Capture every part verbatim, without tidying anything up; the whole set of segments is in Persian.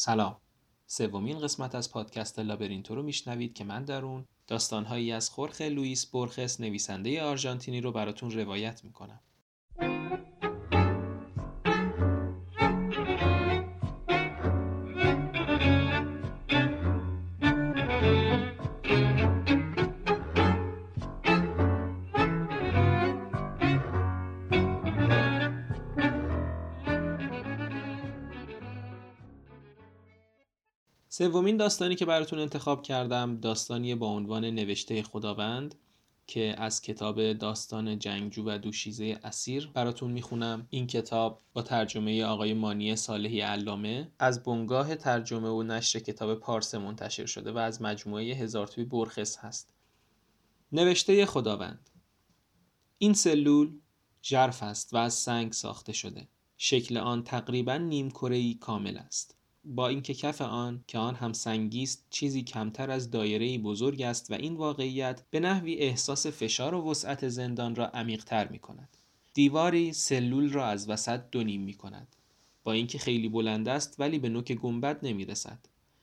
سلام. سومین قسمت از پادکست لابرینتو رو میشنوید که من در اون داستانهایی از خورخه لوئیس بورخس نویسنده آرژانتینی رو براتون روایت میکنم. سومین داستانی که براتون انتخاب کردم داستانی با عنوان نوشته خداوند که از کتاب داستان جنگجو و دوشیزه اسیر براتون میخونم. این کتاب با ترجمه آقای مانی صالحی علامه از بنگاه ترجمه و نشر کتاب پارس منتشر شده و از مجموعه هزارتوی بورخس هست. نوشته خداوند. این سلول ژرف است و از سنگ ساخته شده. شکل آن تقریباً نیم کره‌ای کامل است. با اینکه کف آن که آن هم سنگی است چیزی کمتر از دایره‌ای بزرگ است و این واقعیت به نحوی احساس فشار و وسعت زندان را عمیق‌تر می‌کند. دیواری سلول را از وسط دو نیم می‌کند. با اینکه خیلی بلند است ولی به نوک گنبد نمی‌رسد.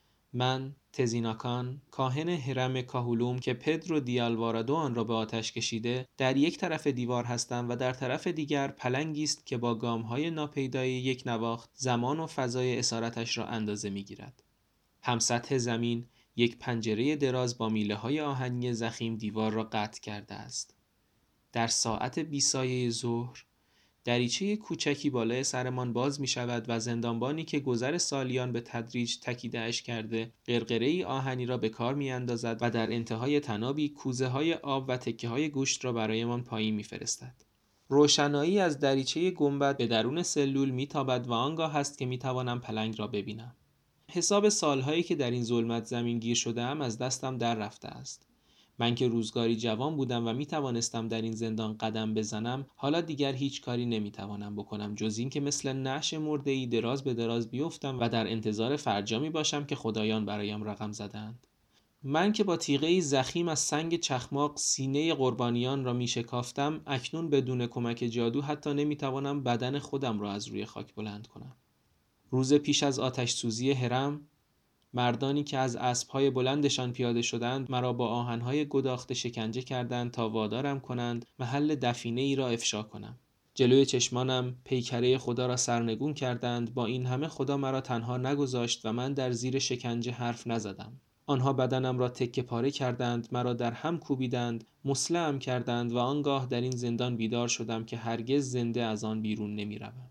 من تزیناکان کاهن هرم کاهولوم که پدرو دی آلوارادو آن را به آتش کشیده در یک طرف دیوار هستم و در طرف دیگر پلنگی است که با گام‌های ناپیدای یک نواخت زمان و فضای اسارتش را اندازه می‌گیرد. همسطح زمین یک پنجره دراز با میله‌های آهنی ضخیم دیوار را قطع کرده است. در ساعت بیسایه ظهر دریچه کوچکی بالای سرمان باز می شود و زندانبانی که گذر سالیان به تدریج تکیده اش کرده قرقره‌ای آهنی را به کار می اندازد و در انتهای تنابی کوزه های آب و تکه های گوشت را برایمان پایین می فرستد. روشنایی از دریچه گنبد به درون سلول می تابد و آنگاه است که می توانم پلنگ را ببینم. حساب سالهایی که در این ظلمت زمین گیر شده‌ام از دستم در رفته است. من که روزگاری جوان بودم و می توانستم در این زندان قدم بزنم، حالا دیگر هیچ کاری نمی توانم بکنم جز این که مثل نعش مرده‌ای دراز به دراز بیفتم و در انتظار فرجامی باشم که خدایان برایم رقم زدند. من که با تیغه‌ای ضخیم از سنگ چخماق سینه قربانیان را می شکافتم، اکنون بدون کمک جادو حتی نمی توانم بدن خودم را از روی خاک بلند کنم. روز پیش از آتش سوزی هرم، مردانی که از اسب‌های بلندشان پیاده شدند مرا با آهن‌های گداخته شکنجه کردند تا وادارم کنند محل دفینه ای را افشا کنم. جلوی چشمانم پیکره خدا را سرنگون کردند. با این همه خدا مرا تنها نگذاشت و من در زیر شکنجه حرف نزدم. آنها بدنم را تکه پاره کردند، مرا در هم کوبیدند، مسلم کردند و آنگاه در این زندان بیدار شدم که هرگز زنده از آن بیرون نمی‌روم.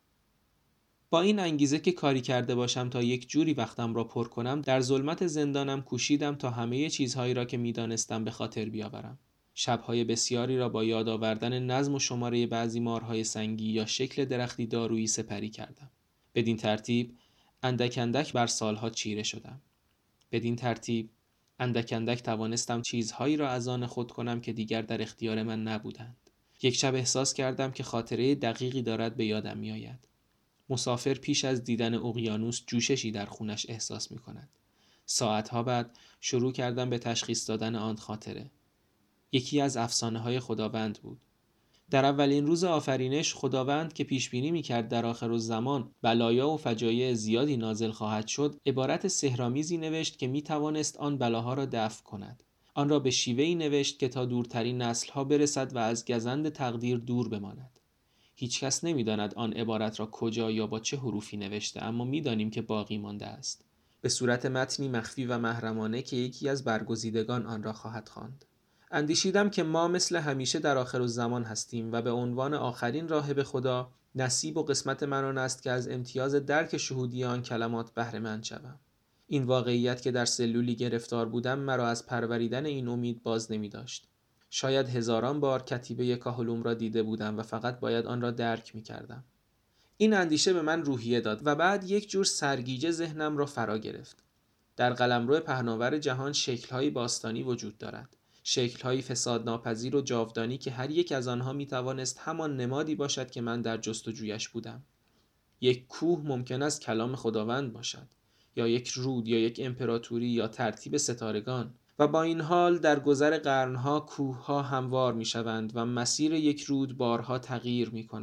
با این انگیزه که کاری کرده باشم تا یک جوری وقتم را پر کنم، در ظلمت زندانم کوشیدم تا همه چیزهایی را که می‌دانستم به خاطر بیاورم. شب‌های بسیاری را با یاد آوردن نظم و شماره بعضی مارهای سنگی یا شکل درختی دارویی سپری کردم. بدین ترتیب اندک اندک بر سالها چیره شدم. بدین ترتیب اندک اندک توانستم چیزهایی را از آن خود کنم که دیگر در اختیار من نبودند. یک شب احساس کردم که خاطره دقیقی دارد به یادم می‌آید. مسافر پیش از دیدن اقیانوس جوششی در خونش احساس می کند. ساعتها بعد شروع کردم به تشخیص دادن آن خاطره. یکی از افسانه های خداوند بود. در اولین روز آفرینش خداوند که پیش بینی می کرد در آخر الزمان بلایا و فجایع زیادی نازل خواهد شد، عبارت سحرآمیزی نوشت که می توانست آن بلاها را دفع کند. آن را به شیوهی نوشت که تا دورترین نسل‌ها برسد و از گزند تقدیر دور بماند. هیچ کس نمی داند آن عبارت را کجا یا با چه حروفی نوشته، اما می دانیم که باقی مانده است. به صورت متنی مخفی و محرمانه که یکی از برگزیدگان آن را خواهد خواند. اندیشیدم که ما مثل همیشه در آخر الزمان هستیم و به عنوان آخرین راهب خدا نصیب و قسمت من آن است که از امتیاز درک شهودی آن کلمات بهره مند شوم. این واقعیت که در سلولی گرفتار بودم مرا از پروریدن این امید باز نمی داشت. شاید هزاران بار کتیبه کاهولوم را دیده بودم و فقط باید آن را درک می کردم. این اندیشه به من روحیه داد و بعد یک جور سرگیجه ذهنم را فرا گرفت. در قلمرو پهناور جهان شکل‌های باستانی وجود دارد. شکل‌های فساد ناپذیر و جاودانی که هر یک از آنها می توانست همان نمادی باشد که من در جستجویش بودم. یک کوه ممکن است کلام خداوند باشد، یا یک رود، یا یک امپراتوری، یا ترتیب ستارگان. و با این حال در گذر قرنها کوه‌ها هموار می‌شوند و مسیر یک رود بارها تغییر می‌کند و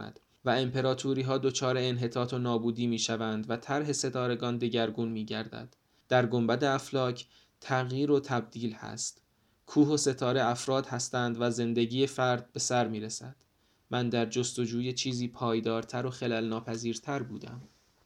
و امپراتوری ها دچار انحطاط و نابودی می شوند و طرح ستارگان دگرگون می گردد. در گنبد افلاک تغییر و تبدیل هست. کوه و ستاره افراد هستند و زندگی فرد به سر می رسد. من در جستجوی چیزی پایدارتر و خلل ناپذیرتر بودم.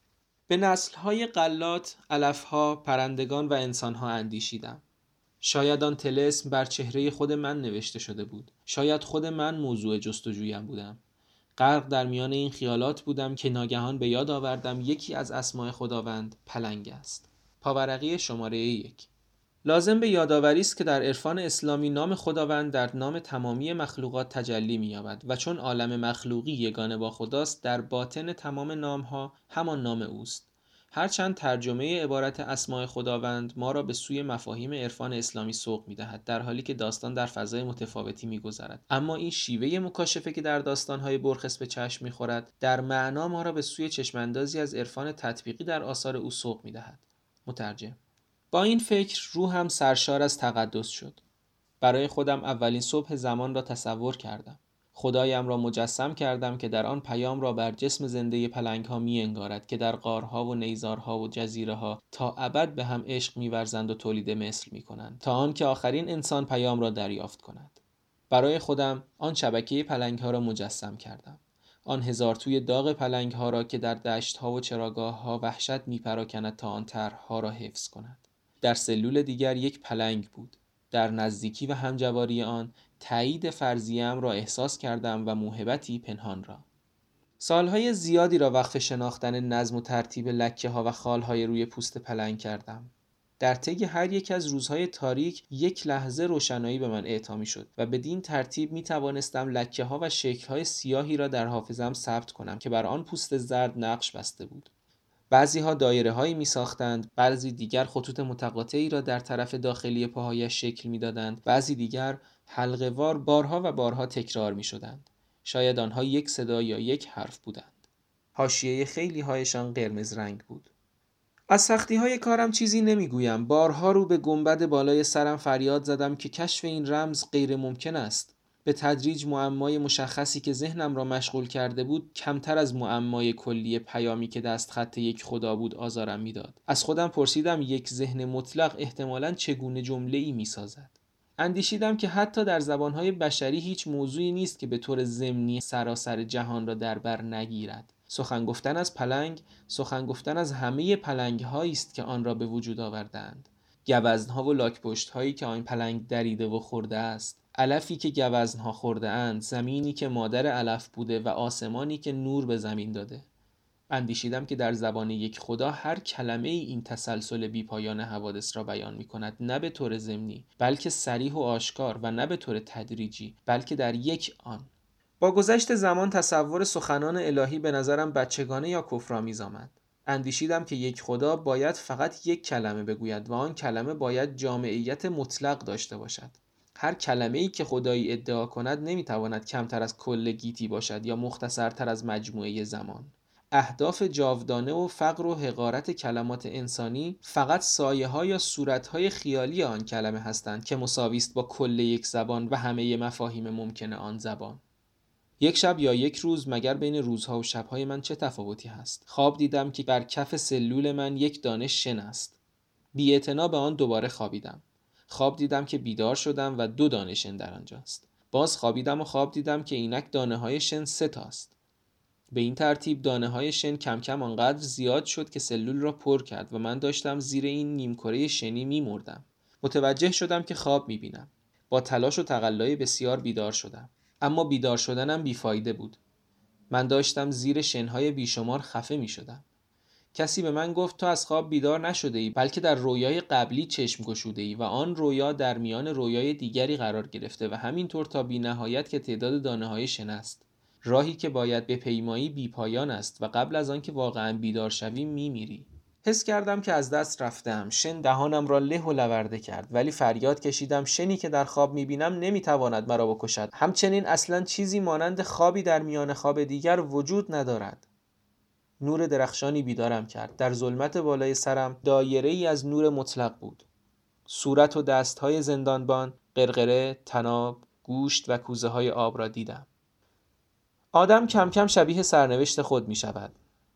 به نسل‌های غلات، علف‌ها، پرندگان و انسان‌ها اندیشیدم. شاید آن طلسم بر چهره خود من نوشته شده بود. شاید خود من موضوع جستجویم بودم. غرق در میان این خیالات بودم که ناگهان به یاد آوردم یکی از اسماء خداوند پلنگ است. پاورقی شماره یک. لازم به یادآوری است که در عرفان اسلامی نام خداوند در نام تمامی مخلوقات تجلی می‌یابد و چون عالم مخلوقی یگانه با خداست، در باطن تمام نام‌ها همان نام اوست. هرچند ترجمه عبارت اسماء خداوند ما را به سوی مفاهیم عرفان اسلامی سوق می‌دهد، در حالی که داستان در فضای متفاوتی می‌گذرد، اما این شیوه مکاشفه که در داستان‌های برخس به چشم می‌خورد، در معنا ما را به سوی چشم‌اندازی از عرفان تطبیقی در آثار او سوق می‌دهد. مترجم. با این فکر روحم سرشار از تقدس شد. برای خودم اولین صبح زمان را تصور کردم. خدایم را مجسم کردم که در آن پیام را بر جسم زنده پلنگ‌ها می انگارد که در غارها و نیزارها و جزیره‌ها تا ابد به هم عشق می‌ورزند و تولید مثل می‌کنند تا آنکه آخرین انسان پیام را دریافت کند. برای خودم آن شبکه پلنگ‌ها را مجسم کردم. آن هزار توی داغ پلنگ‌ها را که در دشت‌ها و چراگاه‌ها وحشت می‌پراکند تا آن طرح‌ها را حفظ کند. در سلول دیگر یک پلنگ بود. در نزدیکی و همجواری آن تایید فرضیه‌ام را احساس کردم و موهبتی پنهان را. سالهای زیادی را وقف شناختن نظم و ترتیب لکه‌ها و خال‌های روی پوست پلنگ کردم. در طی هر یک از روزهای تاریک یک لحظه روشنایی به من اعطا می‌شد و بدین ترتیب می‌توانستم لکه‌ها و شکل‌های سیاهی را در حافظه‌ام ثبت کنم که بر آن پوست زرد نقش بسته بود. بعضی ها دایره هایی می ساختند، بعضی دیگر خطوط متقاطعی را در طرف داخلی پاهایش شکل می دادند، بعضی دیگر حلقه وار بارها و بارها تکرار می شدند. شاید آنها یک صدا یا یک حرف بودند. حاشیه خیلی هایشان قرمز رنگ بود. از سختی های کارم چیزی نمی گویم. بارها رو به گنبد بالای سرم فریاد زدم که کشف این رمز غیر ممکن است. به تدریج معمای مشخصی که ذهنم را مشغول کرده بود کمتر از معمای کلی پیامی که دست خط یک خدا بود آزارم میداد. از خودم پرسیدم یک ذهن مطلق احتمالاً چگونه جمله‌ای میسازد. اندیشیدم که حتی در زبانهای بشری هیچ موضوعی نیست که به طور ضمنی سراسر جهان را در بر نگیرد. سخن گفتن از پلنگ، سخن گفتن از همه پلنگ‌هایی است که آن را به وجود آوردند. گوزن‌ها و لاک‌پشت‌هایی که آن پلنگ دریده و خورده است. علفی که گوزن‌ها خورده اند، زمینی که مادر علف بوده و آسمانی که نور به زمین داده. اندیشیدم که در زبان یک خدا هر کلمه ای این تسلسل بی پایان حوادث را بیان می کند، نه به طور ضمنی بلکه صریح و آشکار و نه به طور تدریجی بلکه در یک آن. با گذشت زمان تصور سخنان الهی به نظرم بچگانه یا کفرآمیز آمد. اندیشیدم که یک خدا باید فقط یک کلمه بگوید و آن کلمه باید جامعیت مطلق داشته باشد. هر کلمه‌ای که خدایی ادعا کند نمیتواند کمتر از کل گیتی باشد یا مختصرتر از مجموعه زمان. اهداف جاودانه و فقر و حقارت کلمات انسانی فقط سایه‌ها یا صورت‌های خیالی آن کلمه هستند که مساوی است با کل یک زبان و همه مفاهیم ممکن آن زبان. یک شب یا یک روز، مگر بین روزها و شب‌های من چه تفاوتی هست؟ خواب دیدم که بر کف سلول من یک دانه شن است. بی‌اعتنا به آن دوباره خوابیدم. خواب دیدم که بیدار شدم و دو دانه شن در آنجاست. باز خوابیدم و خواب دیدم که اینک دانه‌های شن سه تاست. به این ترتیب دانه‌های شن کم کم آنقدر زیاد شد که سلول را پر کرد و من داشتم زیر این نیمکره شنی می‌مردم. متوجه شدم که خواب می‌بینم. با تلاش و تقلای بسیار بیدار شدم. اما بیدار شدنم بیفایده بود. من داشتم زیر شن‌های بیشمار خفه می‌شدم. کسی به من گفت تو از خواب بیدار نشده ای، بلکه در رویای قبلی چشم گشوده ای و آن رویا در میان رویای دیگری قرار گرفته و همینطور تا بی نهایت که تعداد دانه‌های شن است. راهی که باید به پیمایی بی پایان است و قبل از آن که واقعا بیدار شوی میمیری. حس کردم که از دست رفتم. شن دهانم را له و لورده کرد، ولی فریاد کشیدم شنی که در خواب میبینم نمیتواند مرا بکشد. همچنین اصلا چیزی مانند خوابی در میان خواب دیگر وجود ندارد. نور درخشانی بیدارم کرد. در ظلمت بالای سرم دایره‌ای از نور مطلق بود. صورت و دست‌های زندانبان، قرقره، طناب، گوشت و کوزه‌های آب را دیدم. آدم کم کم شبیه سرنوشت خود می شود.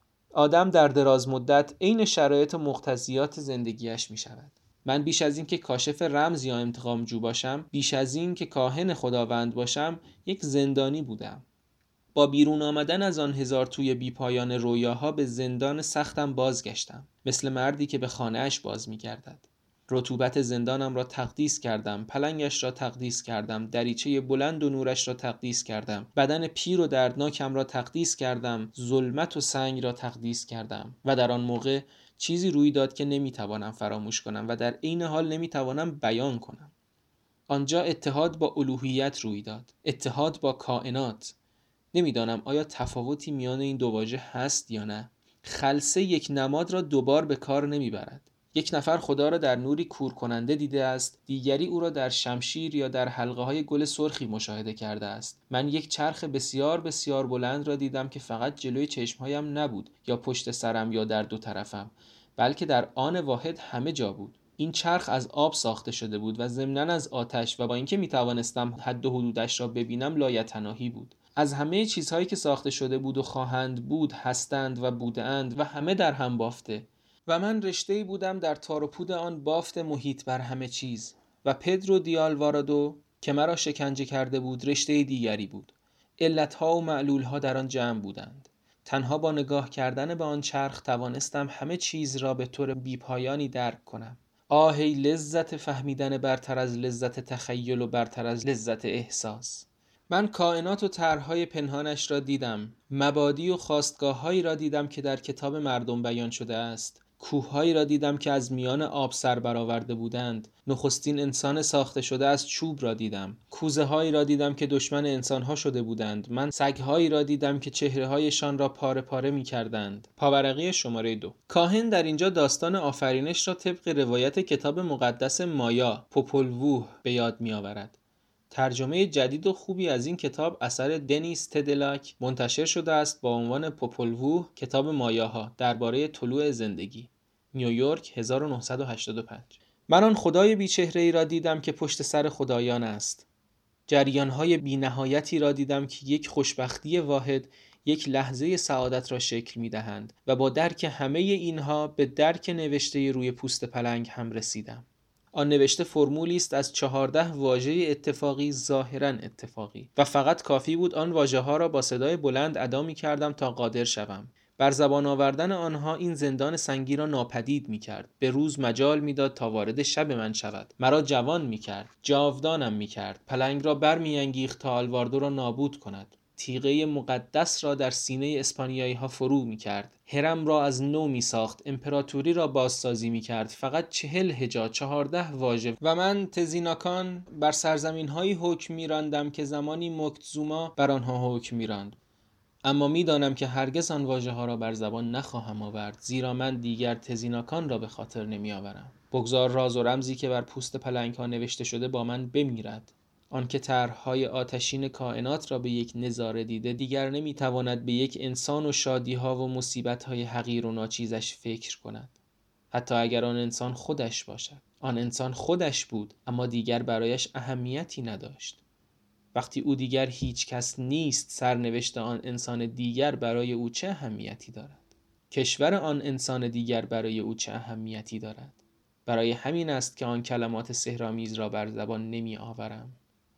آدم در دراز مدت عین شرایط و مقتضیات زندگیش می شود. من بیش از این که کاشف رمز یا انتقام جو باشم، بیش از این که کاهن خداوند باشم، یک زندانی بودم. با بیرون آمدن از آن هزار توی بی پایان رویاها به زندان سختم بازگشتم، مثل مردی که به خانه‌اش باز می گردد. رطوبت زندانم را تقدیس کردم، پلنگش را تقدیس کردم، دریچه بلند و نورش را تقدیس کردم، بدن پیر و دردناکم را تقدیس کردم، ظلمت و سنگ را تقدیس کردم. و در آن موقع چیزی روی داد که نمیتوانم فراموش کنم و در عین حال نمیتوانم بیان کنم. آنجا اتحاد با الوهیت روی داد، اتحاد با کائنات. نمیدانم آیا تفاوتی میان این دو واژه هست یا نه. خلسه یک نماد را دوبار به کار نمیبرد. یک نفر خدا را در نوری کور کننده دیده است، دیگری او را در شمشیر یا در حلقه های گل سرخی مشاهده کرده است. من یک چرخ بسیار بسیار بلند را دیدم که فقط جلوی چشمهایم نبود یا پشت سرم یا در دو طرفم، بلکه در آن واحد همه جا بود. این چرخ از آب ساخته شده بود و ضمناً از آتش، و با اینکه میتوانستم حد و حدودش را ببینم لایتناهی بود. از همه چیزهایی که ساخته شده بود و خواهند بود، هستند و بودند و همه در هم بافته، و من رشته‌ای بودم در تار و پود آن بافت محیط بر همه چیز. و پدرو دی آلوارادو که مرا شکنجه کرده بود رشته دیگری بود. علتها و معلولها در آن جمع بودند. تنها با نگاه کردن به آن چرخ توانستم همه چیز را به طور بیپایانی درک کنم. آهی لذت فهمیدن برتر از لذت تخیل و برتر از لذت احساس. من کائنات و طرح‌های پنهانش را دیدم، مبادی و خواستگاه‌هایی را دیدم که در کتاب مردم بیان شده است. کوه‌هایی را دیدم که از میان آب سر برآورده بودند. نخستین انسان ساخته شده از چوب را دیدم. کوزه‌هایی را دیدم که دشمن انسان‌ها شده بودند. من سگ‌هایی را دیدم که چهره‌هایشان را پاره پاره می‌کردند. پاورقی شماره دو. کاهن در اینجا داستان آفرینش را طبق روایت کتاب مقدس مایا پوپول ووه به یاد می‌آورد. ترجمه جدید و خوبی از این کتاب اثر دنیس تدلاک منتشر شده است با عنوان پوپول ووه، کتاب مایاها درباره طلوع زندگی. نیویورک هزار و نهصد و هشتاد و پنج. من آن خدای بیچهره‌ای را دیدم که پشت سر خدایان است. جریان‌های بی‌نهایتی را دیدم که یک خوشبختی واحد، یک لحظه سعادت را شکل می‌دهند، و با درک همه اینها به درک نوشته روی پوست پلنگ هم رسیدم. آن نوشته فرمولی است از چهارده واژه اتفاقی، ظاهراً اتفاقی، و فقط کافی بود آن واژه‌ها را با صدای بلند ادا می‌کردم تا قادر شوم. بر زبان آوردن آنها این زندان سنگی را ناپدید می‌کرد. به روز مجال می‌داد تا وارد شب من شود. مرا جوان می‌کرد، جاودانم می‌کرد. پلنگ را برمی‌انگیخت تا آلواردو را نابود کند. تیغه مقدس را در سینه اسپانیایی ها فرو می کرد. هرم را از نو می ساخت. امپراتوری را بازسازی می کرد. فقط چهل هجا، چهارده واژه، و من تزیناکان بر سرزمین هایی حکم می راندم که زمانی موکتزوما بر آنها حکم می راند. اما می دانم که هرگز آن واژه ها را بر زبان نخواهم آورد، زیرا من دیگر تزیناکان را به خاطر نمی آورم. بگذار راز و رمزی که بر پوست پلنگ ها نوشته شده با من بمیرد. آن که طرح‌های آتشین کائنات را به یک نظاره دیده، دیگر نمی‌تواند به یک انسان و شادی‌ها و مصیبت‌های حقیر و ناچیزش فکر کند، حتی اگر آن انسان خودش باشد. آن انسان خودش بود، اما دیگر برایش اهمیتی نداشت. وقتی او دیگر هیچ کس نیست، سرنوشت آن انسان دیگر برای او چه اهمیتی دارد؟ کشور آن انسان دیگر برای او چه اهمیتی دارد؟ برای همین است که آن کلمات سحرآمیز را بر زبان نمی آورم.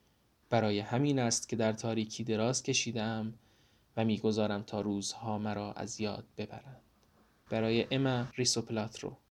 برای همین است که در تاریکی دراز کشیدم و میگذارم تا روزها مرا از یاد ببرند. برای اما ریسوپلاترو.